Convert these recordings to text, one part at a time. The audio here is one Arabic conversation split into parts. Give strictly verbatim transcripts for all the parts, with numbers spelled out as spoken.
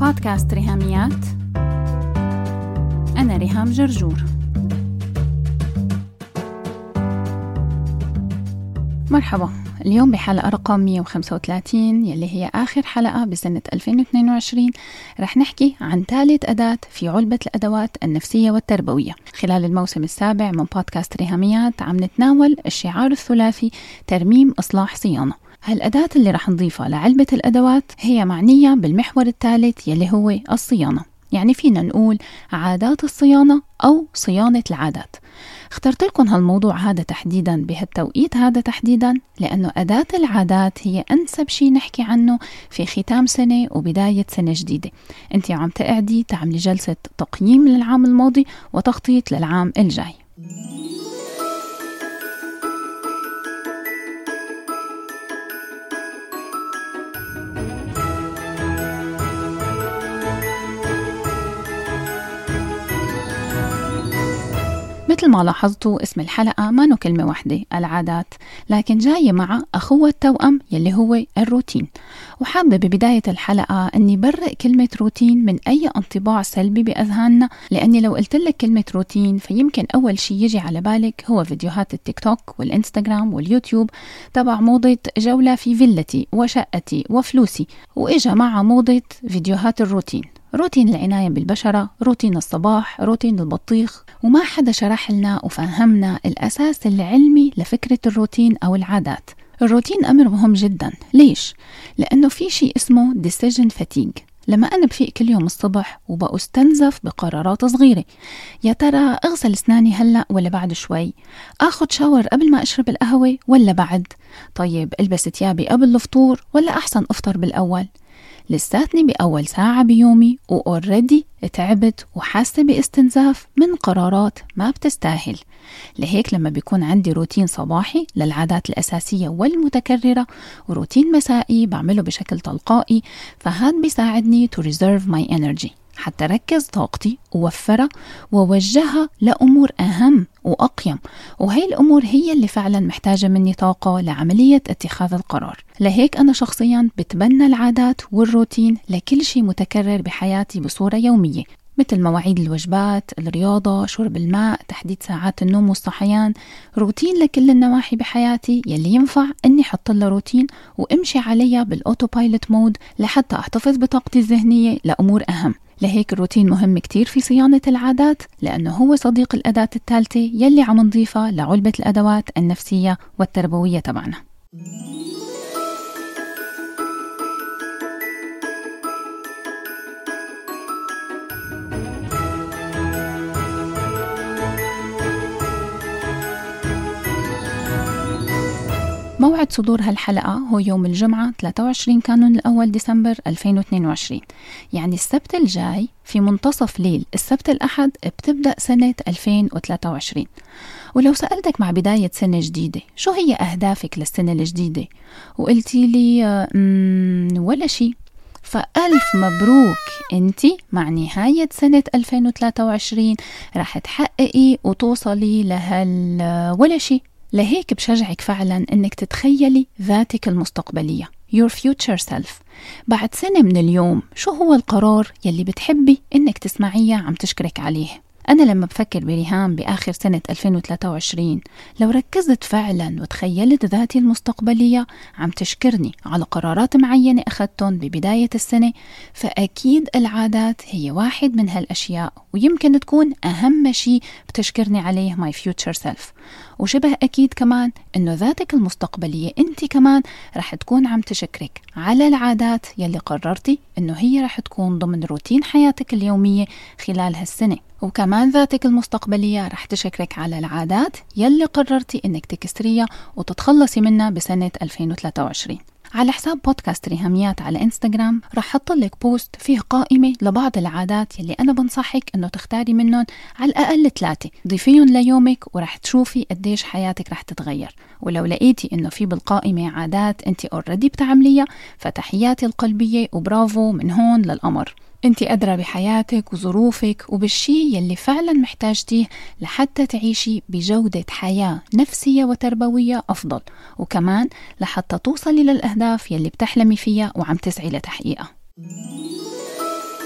بودكاست ريهاميات. أنا ريهام جرجور. مرحبا، اليوم بحلقة رقم مية وخمسة وثلاثين يلي هي آخر حلقة بسنة ألفين واثنين وعشرين. رح نحكي عن ثالث أداة في علبة الأدوات النفسية والتربوية. خلال الموسم السابع من بودكاست ريهاميات عم نتناول الشعار الثلاثي ترميم إصلاح صيانة. هالأداة اللي رح نضيفها لعلبة الأدوات هي معنية بالمحور الثالث يلي هو الصيانة، يعني فينا نقول عادات الصيانة أو صيانة العادات. اخترت لكم هالموضوع هذا تحديدا بهالتوقيت هذا تحديدا لأنه أداة العادات هي أنسب شيء نحكي عنه في ختام سنة وبداية سنة جديدة. انتي عم تقعدي تعملي جلسة تقييم للعام الماضي وتخطيط للعام الجاي. مثل ما لاحظتوا اسم الحلقة ما نو كلمة واحدة العادات، لكن جاية مع أخوة التوأم يلي هو الروتين. وحابة ببداية الحلقة أني برئ كلمة روتين من أي انطباع سلبي بأذهاننا، لأني لو قلت لك كلمة روتين فيمكن أول شي يجي على بالك هو فيديوهات التيك توك والإنستغرام واليوتيوب تبع موضة جولة في فيلتي وشقتي وفلوسي، وإجا مع موضة فيديوهات الروتين، روتين العناية بالبشرة، روتين الصباح، روتين البطيخ. وما حدا شرح لنا وفهمنا الأساس العلمي لفكرة الروتين أو العادات. الروتين أمر مهم جدا. ليش؟ لأنه في شيء اسمه decision fatigue. لما أنا بفيق كل يوم الصبح وبأستنزف بقرارات صغيرة، يا ترى أغسل أسناني هلأ ولا بعد شوي؟ أخذ شاور قبل ما أشرب القهوة ولا بعد؟ طيب ألبس ثيابي قبل الفطور ولا أحسن أفطر بالأول؟ لساتني بأول ساعة بيومي وأوريدي تعبت وحاسة باستنزاف من قرارات ما بتستاهل. لهيك لما بيكون عندي روتين صباحي للعادات الأساسية والمتكررة وروتين مسائي بعمله بشكل تلقائي، فهذا بيساعدني to reserve my energy حتى ركز طاقتي ووفرها ووجهها لأمور أهم وأقيم، وهي الأمور هي اللي فعلا محتاجة مني طاقة لعملية اتخاذ القرار. لهيك أنا شخصيا بتبنى العادات والروتين لكل شيء متكرر بحياتي بصورة يومية، مثل مواعيد الوجبات، الرياضة، شرب الماء، تحديد ساعات النوم والصحيان. روتين لكل النواحي بحياتي يلي ينفع أني حط له روتين وامشي عليها بالأوتو بايلوت مود لحتى أحتفظ بطاقتي الذهنية لأمور أهم. لهيك الروتين مهم كتير في صيانة العادات، لأنه هو صديق الأداة الثالثة يلي عم نضيفها لعلبة الأدوات النفسية والتربوية تبعنا. موعد صدور هالحلقة هو يوم الجمعة ثلاثة وعشرين كانون الأول ديسمبر ألفين واثنين وعشرين، يعني السبت الجاي في منتصف ليل السبت الأحد بتبدأ سنة ألفين وثلاثة وعشرين. ولو سألتك مع بداية سنة جديدة شو هي أهدافك للسنة الجديدة وقلتي لي ولا شيء، فألف مبروك، انتي مع نهاية سنة ألفين وثلاثة وعشرين رح تحققي وتوصلي لهال ولا شيء. لهيك بشجعك فعلا انك تتخيلي ذاتك المستقبلية your future self. بعد سنة من اليوم شو هو القرار يلي بتحبي انك تسمعيه عم تشكرك عليه؟ أنا لما بفكر بريهام بآخر سنة ألفين وثلاثة وعشرين لو ركزت فعلا وتخيلت ذاتي المستقبلية عم تشكرني على قرارات معينة أخذتهم ببداية السنة، فأكيد العادات هي واحد من هالأشياء، ويمكن تكون أهم شيء بتشكرني عليه my future self. وشبه أكيد كمان إنه ذاتك المستقبلية أنت كمان رح تكون عم تشكرك على العادات يلي قررتي إنه هي رح تكون ضمن روتين حياتك اليومية خلال هالسنة. وكمان ذاتك المستقبلية رح تشكرك على العادات يلي قررتي إنك تكسريها وتتخلصي منها بسنة ألفين وثلاثة وعشرين. على حساب بودكاست ريهاميات على إنستغرام رح حط لك بوست فيه قائمة لبعض العادات يلي أنا بنصحك إنه تختاري منهم على الأقل ثلاثة، ضيفيهم ليومك ورح تشوفي قديش حياتك رح تتغير. ولو لقيتي إنه في بالقائمة عادات أنت أوريدي بتعمليها فتحياتي القلبية وبرافو من هون للقمر. انت أدرى بحياتك وظروفك وبالشي يلي فعلا محتاجتيه لحتى تعيشي بجودة حياة نفسية وتربوية أفضل، وكمان لحتى توصلي للأهداف يلي بتحلمي فيها وعم تسعي لتحقيقها.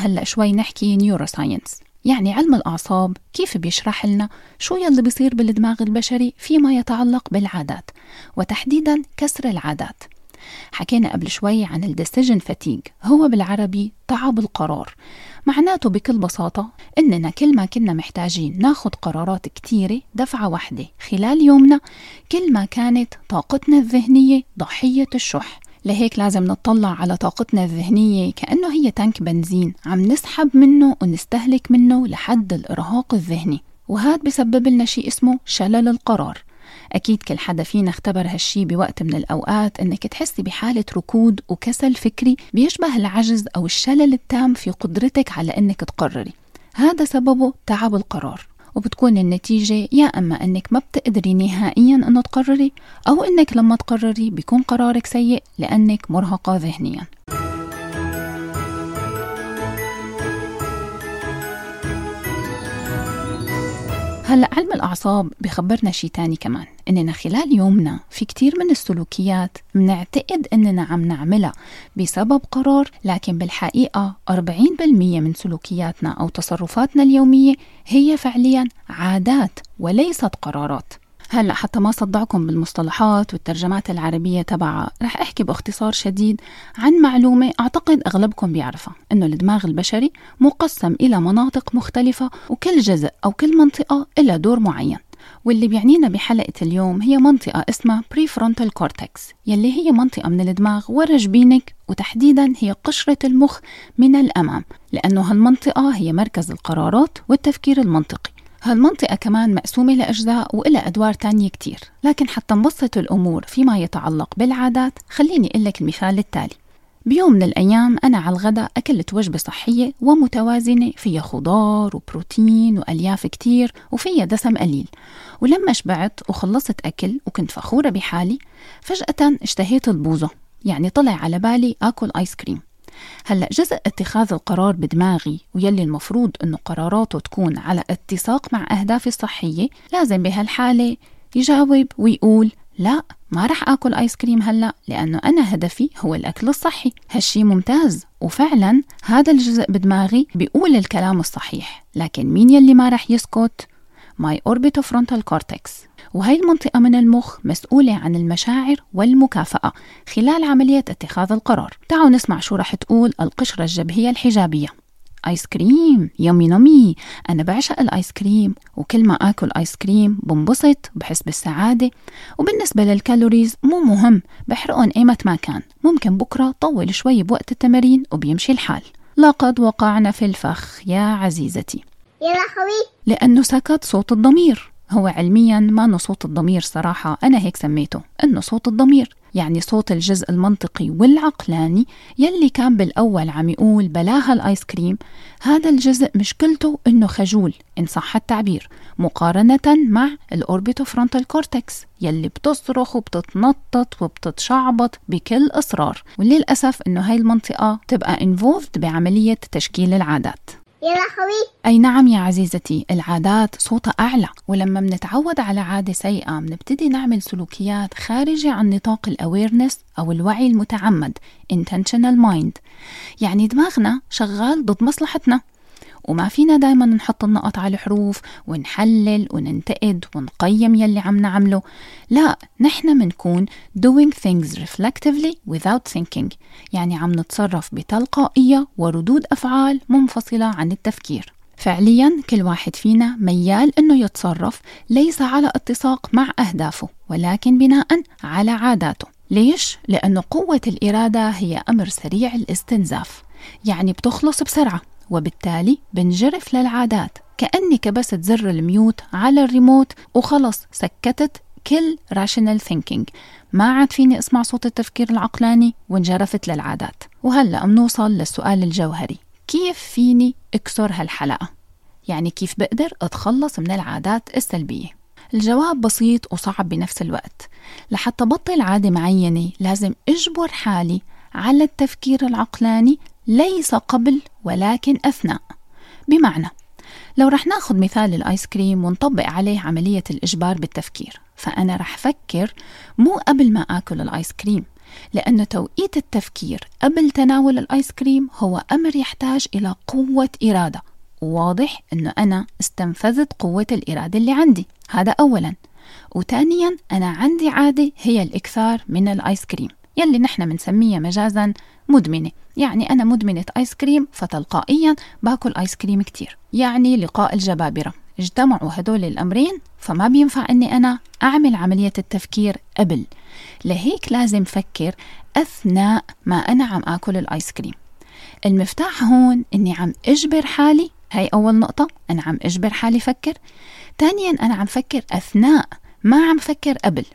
هلأ شوي نحكي نيوروساينس، يعني علم الأعصاب كيف بيشرح لنا شو يلي بيصير بالدماغ البشري فيما يتعلق بالعادات، وتحديدا كسر العادات. حكينا قبل شوي عن الديسيجن فاتيج، هو بالعربي تعب القرار. معناته بكل بساطة إننا كل ما كنا محتاجين ناخد قرارات كتيرة دفعة واحدة خلال يومنا، كل ما كانت طاقتنا الذهنية ضحية الشح. لهيك لازم نطلع على طاقتنا الذهنية كأنه هي تانك بنزين عم نسحب منه ونستهلك منه لحد الإرهاق الذهني، وهذا بسبب لنا شيء اسمه شلل القرار. أكيد كل حدا فينا اختبر هالشي بوقت من الأوقات، إنك تحسي بحالة ركود وكسل فكري بيشبه العجز أو الشلل التام في قدرتك على إنك تقرري. هذا سببه تعب القرار، وبتكون النتيجة يا أما أنك ما بتقدري نهائيا أنه تقرري، أو أنك لما تقرري بيكون قرارك سيء لأنك مرهقة ذهنيا. هلأ علم الأعصاب بخبرنا شي تاني كمان، إننا خلال يومنا في كتير من السلوكيات منعتقد إننا عم نعملها بسبب قرار، لكن بالحقيقة أربعين بالمية من سلوكياتنا أو تصرفاتنا اليومية هي فعليا عادات وليست قرارات. هلأ حتى ما صدعكم بالمصطلحات والترجمات العربية تبعها، رح أحكي باختصار شديد عن معلومة أعتقد أغلبكم بيعرفها، إنه الدماغ البشري مقسم إلى مناطق مختلفة، وكل جزء أو كل منطقة إلى دور معين. واللي بيعنينا بحلقة اليوم هي منطقة اسمها prefrontal cortex، يلي هي منطقة من الدماغ ورا جبينك، وتحديدا هي قشرة المخ من الأمام، لأنه هالمنطقة هي مركز القرارات والتفكير المنطقي. هالمنطقة كمان مقسومة لأجزاء وإلى أدوار تانية كتير، لكن حتى نبسط الأمور فيما يتعلق بالعادات خليني أقلك المثال التالي. بيوم من الأيام أنا على الغداء أكلت وجبة صحية ومتوازنة فيها خضار وبروتين وألياف كتير وفيها دسم قليل، ولما شبعت وخلصت أكل وكنت فخورة بحالي، فجأة اشتهيت البوظة، يعني طلع على بالي أكل آيس كريم. هلأ جزء اتخاذ القرار بدماغي، ويلي المفروض أنه قراراته تكون على اتساق مع أهدافي الصحية، لازم بهالحالة يجاوب ويقول لا، ما رح آكل آيس كريم هلأ، لأنه أنا هدفي هو الأكل الصحي. هالشي ممتاز، وفعلا هذا الجزء بدماغي بيقول الكلام الصحيح، لكن مين يلي ما رح يسكت؟ my orbitofrontal cortex، وهي المنطقة من المخ مسؤولة عن المشاعر والمكافأة خلال عملية اتخاذ القرار. تعالوا نسمع شو رح تقول القشرة الجبهية الحجابية. آيس كريم، يمي نمي، أنا بعشق الآيس كريم، وكل ما آكل آيس كريم بنبسط بحس بالسعادة، وبالنسبة للكالوريز مو مهم، بحرقهم ايمت ما كان، ممكن بكرة طول شوي بوقت التمارين وبيمشي الحال. لقد وقعنا في الفخ يا عزيزتي، يا لهوي، لأنه سكت صوت الضمير. هو علميا ما أنه صوت الضمير صراحة، أنا هيك سميته، أنه صوت الضمير، يعني صوت الجزء المنطقي والعقلاني يلي كان بالأول عم يقول بلاها الآيس كريم. هذا الجزء مشكلته أنه خجول إن صح التعبير، مقارنة مع الأوربيتوفرونتال كورتكس يلي بتصرخ وبتتنطط وبتتشعبط بكل إصرار، وللأسف أنه هاي المنطقة تبقى involved بعملية تشكيل العادات. يا لهوي. أي نعم يا عزيزتي، العادات صوتها أعلى، ولما منتعود على عادة سيئة منبتدي نعمل سلوكيات خارجة عن نطاق الأويرنس أو الوعي المتعمد intentional mind، يعني دماغنا شغال ضد مصلحتنا، وما فينا دايما نحط النقط على الحروف ونحلل وننتقد ونقيم يلي عم نعمله. لا، نحن منكون doing things reflectively without thinking، يعني عم نتصرف بتلقائية وردود أفعال منفصلة عن التفكير. فعليا كل واحد فينا ميال أنه يتصرف ليس على اتساق مع أهدافه، ولكن بناء على عاداته. ليش؟ لأنه قوة الإرادة هي أمر سريع الاستنزاف، يعني بتخلص بسرعة، وبالتالي بنجرف للعادات كأنك بس تزر الميوت على الريموت وخلص سكتت كل rational thinking، ما عاد فيني اسمع صوت التفكير العقلاني وانجرفت للعادات. وهلأ منوصل للسؤال الجوهري، كيف فيني اكسر هالحلقة؟ يعني كيف بقدر اتخلص من العادات السلبية؟ الجواب بسيط وصعب بنفس الوقت. لحتى بطل عادة معينة لازم اجبر حالي على التفكير العقلاني، ليس قبل ولكن أثناء. بمعنى لو رح ناخد مثال الآيس كريم ونطبق عليه عملية الإجبار بالتفكير، فأنا رح فكر مو قبل ما آكل الآيس كريم، لأن توقيت التفكير قبل تناول الآيس كريم هو أمر يحتاج إلى قوة إرادة، وواضح أنه أنا استنفذت قوة الإرادة اللي عندي. هذا أولا. وثانيا أنا عندي عادة هي الإكثار من الآيس كريم يلي نحن بنسميها مجازا مدمنة. يعني أنا مدمنة آيس كريم، فتلقائيا باكل آيس كريم كتير. يعني لقاء الجبابرة اجتمعوا هدول الأمرين، فما بينفع أني أنا أعمل عملية التفكير قبل. لهيك لازم فكر أثناء ما أنا عم آكل الآيس كريم. المفتاح هون أني عم أجبر حالي، هاي أول نقطة، أنا عم أجبر حالي فكر. ثانيا أنا عم فكر أثناء ما عم فكر قبل.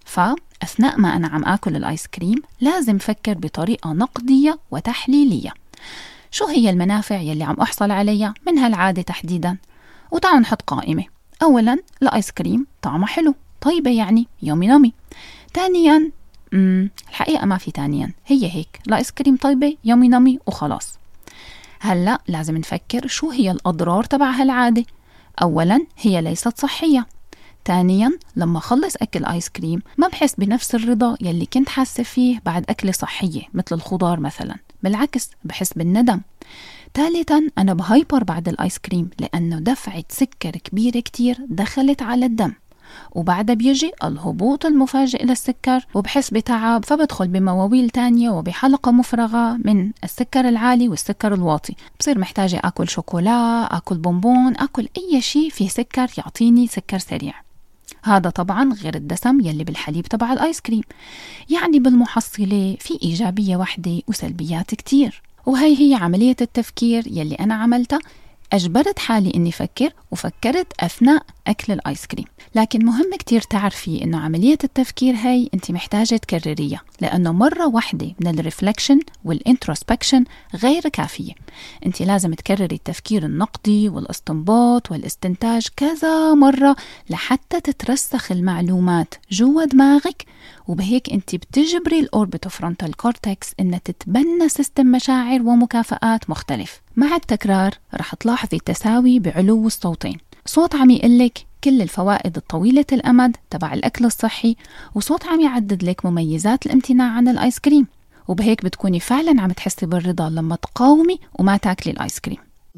فأثناء ما أنا عم آكل الآيس كريم لازم فكر بطريقة نقدية وتحليلية. شو هي المنافع يلي عم أحصل عليها من هالعادة تحديدا؟ وتعالوا نحط قائمة. أولا الآيس كريم طعمه حلو، طيبة يعني يومي نومي. ثانيا مم الحقيقة ما في ثانيا، هي هيك الآيس كريم طيبة يومي نومي وخلاص. هلأ لازم نفكر شو هي الأضرار تبع هالعادة. أولا هي ليست صحية. ثانيا لما خلص أكل آيس كريم ما بحس بنفس الرضا يلي كنت حاسة فيه بعد أكلة صحية مثل الخضار مثلا، بالعكس بحس بالندم. ثالثا أنا بهايبر بعد الآيس كريم لأنه دفعة سكر كبيرة كتير دخلت على الدم، وبعدها بيجي الهبوط المفاجئ للسكر وبحس بتعب، فبدخل بمواويل تانية وبحلقة مفرغة من السكر العالي والسكر الواطي. بصير محتاجة أكل شوكولا، أكل بونبون، أكل أي شيء فيه سكر يعطيني سكر سريع. هذا طبعا غير الدسم يلي بالحليب تبع الآيس كريم. يعني بالمحصلة في إيجابية واحدة وسلبيات كتير. وهي هي عملية التفكير يلي أنا عملتها، أجبرت حالي إني فكر وفكرت أثناء أكل الآيس كريم. لكن مهم كتير تعرفي إنه عملية التفكير هاي أنت محتاجة تكرريها، لأنه مرة واحدة من الريفلكشن والانتروسبكشن غير كافية. أنت لازم تكرري التفكير النقدي والاستنباط والاستنتاج كذا مرة لحتى تترسخ المعلومات جوا دماغك، وبهيك أنت بتجبري الأوربيتوفرونتال كورتكس إنها تتبنى سيستم مشاعر ومكافآت مختلف. مع التكرار رح تلاحظي تساوي بعلو الصوتين، صوت عم يقلك كل الفوائد الطويلة الأمد تبع الأكل الصحي، وصوت عم يعدد لك مميزات الامتناع عن الآيس كريم. وبهيك بتكوني فعلا عم تحسي بالرضا لما تقاومي وما تاكلي الآيس كريم.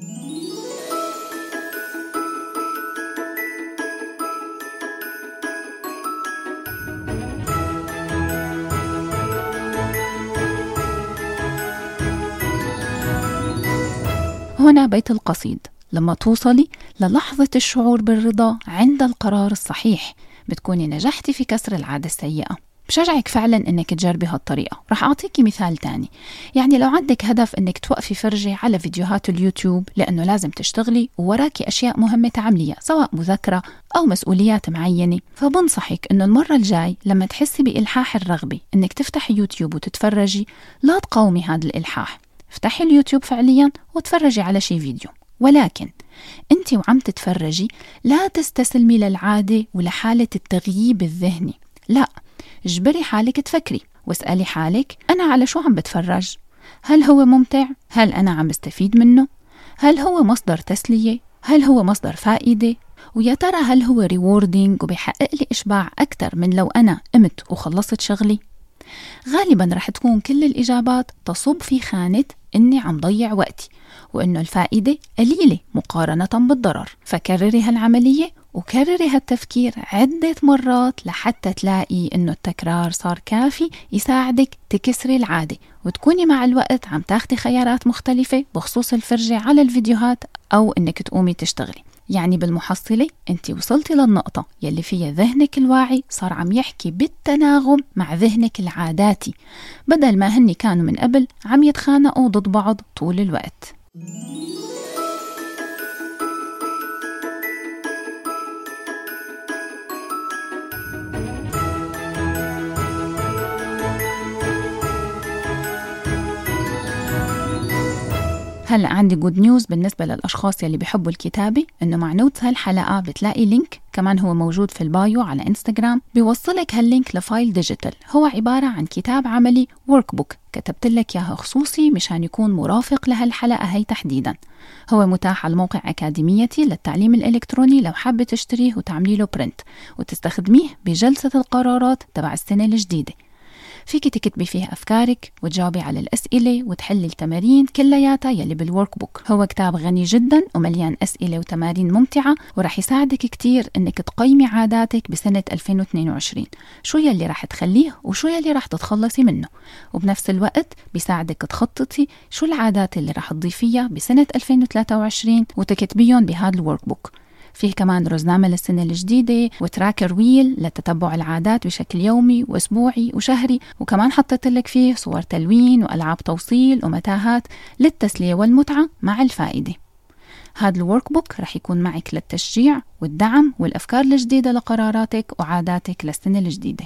هنا بيت القصيد. لما توصلي للحظة الشعور بالرضا عند القرار الصحيح بتكوني نجحتي في كسر العادة السيئة. بشجعك فعلا انك تجربي هالطريقة. رح اعطيكي مثال تاني. يعني لو عندك هدف انك توقفي فرجة على فيديوهات اليوتيوب لانه لازم تشتغلي ووراكي اشياء مهمة تعمليها سواء مذاكرة او مسؤوليات معينة، فبنصحك انه المرة الجاي لما تحسي بإلحاح الرغبة انك تفتحي يوتيوب وتتفرجي، لا تقاومي هذا الإلحاح. افتحي اليوتيوب فعليا وتفرجي على شي فيديو، ولكن انت وعم تتفرجي لا تستسلمي للعادة ولحالة التغييب الذهني. لا، اجبري حالك تفكري واسألي حالك أنا على شو عم بتفرج؟ هل هو ممتع؟ هل أنا عم بستفيد منه؟ هل هو مصدر تسلية؟ هل هو مصدر فائدة؟ ويا ترى هل هو ريوردينج وبيحقق لي إشباع أكتر من لو أنا قمت وخلصت شغلي؟ غالبا رح تكون كل الإجابات تصب في خانة إني عم ضيع وقتي وإنه الفائدة قليلة مقارنة بالضرر. فكرري هالعملية وكرري هالتفكير عدة مرات لحتى تلاقي إنه التكرار صار كافي يساعدك تكسري العادة وتكوني مع الوقت عم تاخدي خيارات مختلفة بخصوص الفرجة على الفيديوهات أو إنك تقومي تشتغلي. يعني بالمحصلة انت وصلتي للنقطة يلي فيها ذهنك الواعي صار عم يحكي بالتناغم مع ذهنك العاداتي، بدل ما هني كانوا من قبل عم يتخانقوا ضد بعض طول الوقت. هلأ عندي جود نيوز بالنسبة للأشخاص يلي بيحبوا الكتابة، إنه مع نوتس هالحلقة بتلاقي لينك كمان هو موجود في البايو على إنستغرام، بيوصلك هاللينك لفايل ديجيتال هو عبارة عن كتاب عملي ورك بوك كتبت لك ياها خصوصي مشان يكون مرافق لهالحلقة هي تحديدا. هو متاح على موقع أكاديميتي للتعليم الإلكتروني لو حابة تشتريه وتعملي له برنت وتستخدميه بجلسة القرارات تبع السنة الجديدة. فيك تكتبي فيه أفكارك وتجاوبي على الأسئلة وتحلي التمارين كلياتها يلي بالورك بوك. هو كتاب غني جدا ومليان أسئلة وتمارين ممتعة، ورح يساعدك كتير إنك تقيمي عاداتك بسنة ألفين واثنين وعشرين، شو يلي رح تخليه وشو يلي رح تتخلصي منه، وبنفس الوقت بيساعدك تخططي شو العادات اللي رح تضيفيها بسنة ألفين وثلاثة وعشرين وتكتبيهم بهذا الورك بوك. فيه كمان روزنامة للسنة الجديدة وتراكر ويل لتتبع العادات بشكل يومي وأسبوعي وشهري، وكمان حطيت لك فيه صور تلوين وألعاب توصيل ومتاهات للتسلية والمتعة مع الفائدة. هذا الورك بوك رح يكون معك للتشجيع والدعم والأفكار الجديدة لقراراتك وعاداتك للسنة الجديدة.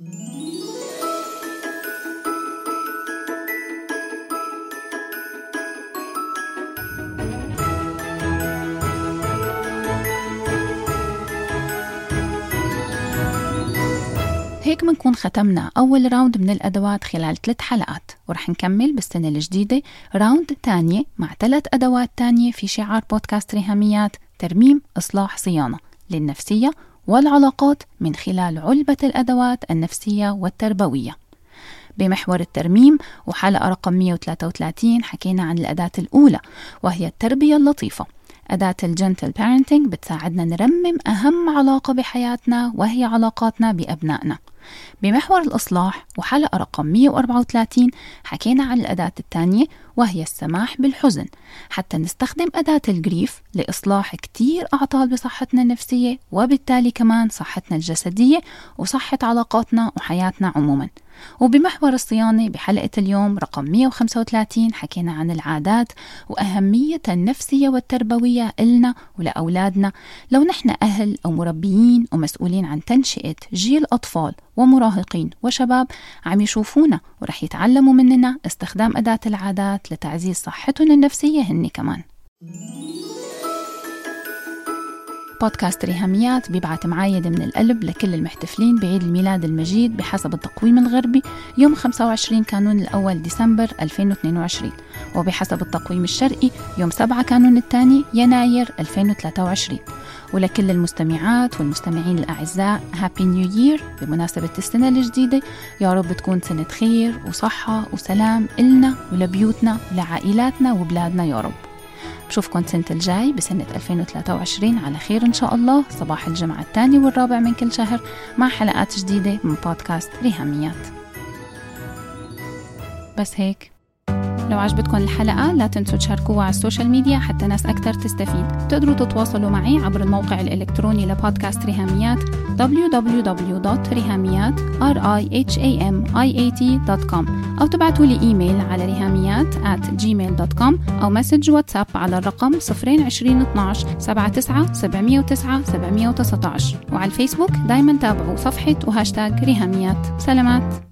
هيك منكون ختمنا أول راوند من الأدوات خلال ثلاث حلقات، ورح نكمل بالسنة الجديدة راوند تانية مع ثلاث أدوات تانية في شعار بودكاست ريهاميات: ترميم، إصلاح، صيانة للنفسية والعلاقات من خلال علبة الأدوات النفسية والتربوية. بمحور الترميم وحلقة رقم مئة وثلاثة وثلاثين حكينا عن الأداة الأولى وهي التربية اللطيفة. أداة الجنتل بارنتينج بتساعدنا نرمم أهم علاقة بحياتنا وهي علاقاتنا بأبنائنا. بمحور الإصلاح وحلقة رقم مئة وأربعة وثلاثين حكينا عن الأداة الثانية وهي السماح بالحزن، حتى نستخدم أداة الجريف لإصلاح كتير أعطال بصحتنا النفسية وبالتالي كمان صحتنا الجسدية وصحة علاقاتنا وحياتنا عموما. وبمحور الصيانة بحلقة اليوم رقم مئة وخمسة وثلاثين حكينا عن العادات وأهمية النفسية والتربوية إلنا ولأولادنا لو نحن أهل أو مربيين ومسؤولين عن تنشئة جيل أطفال ومراهقين وشباب عم يشوفونا ورح يتعلموا مننا استخدام أداة العادات لتعزيز صحتهم النفسية هن كمان. بودكاست ريهاميات بيبعت معايدة من القلب لكل المحتفلين بعيد الميلاد المجيد بحسب التقويم الغربي يوم خمسة وعشرين كانون الأول ديسمبر ألفين واثنين وعشرين، وبحسب التقويم الشرقي يوم سبعة كانون الثاني يناير ألفين وثلاثة وعشرين. ولكل المستمعات والمستمعين الأعزاء هابي نيو يير بمناسبة السنة الجديدة، يا رب تكون سنة خير وصحة وسلام إلنا ولبيوتنا ولعائلاتنا وبلادنا يا رب. بشوفكم سنة الجاي بسنة ألفين وثلاثة وعشرين على خير إن شاء الله، صباح الجمعة الثاني والرابع من كل شهر مع حلقات جديدة من بودكاست ريهاميات. بس هيك، لو عجبتكم الحلقة لا تنسوا تشاركوها على السوشيال ميديا حتى ناس أكتر تستفيد. تقدروا تتواصلوا معي عبر الموقع الإلكتروني لبودكاست ريهاميات دبليو دبليو دبليو دوت ريهاميات دوت كوم أو تبعتوا لي إيميل على ريهاميات آت جيميل دوت كوم أو مسج واتساب على الرقم صفر عشرين اثناش سبعة تسعة سبعمية وتسعة سبعمية وتسعة عشر، وعلى الفيسبوك دايما تابعوا صفحة وهاشتاج ريهاميات. سلامات.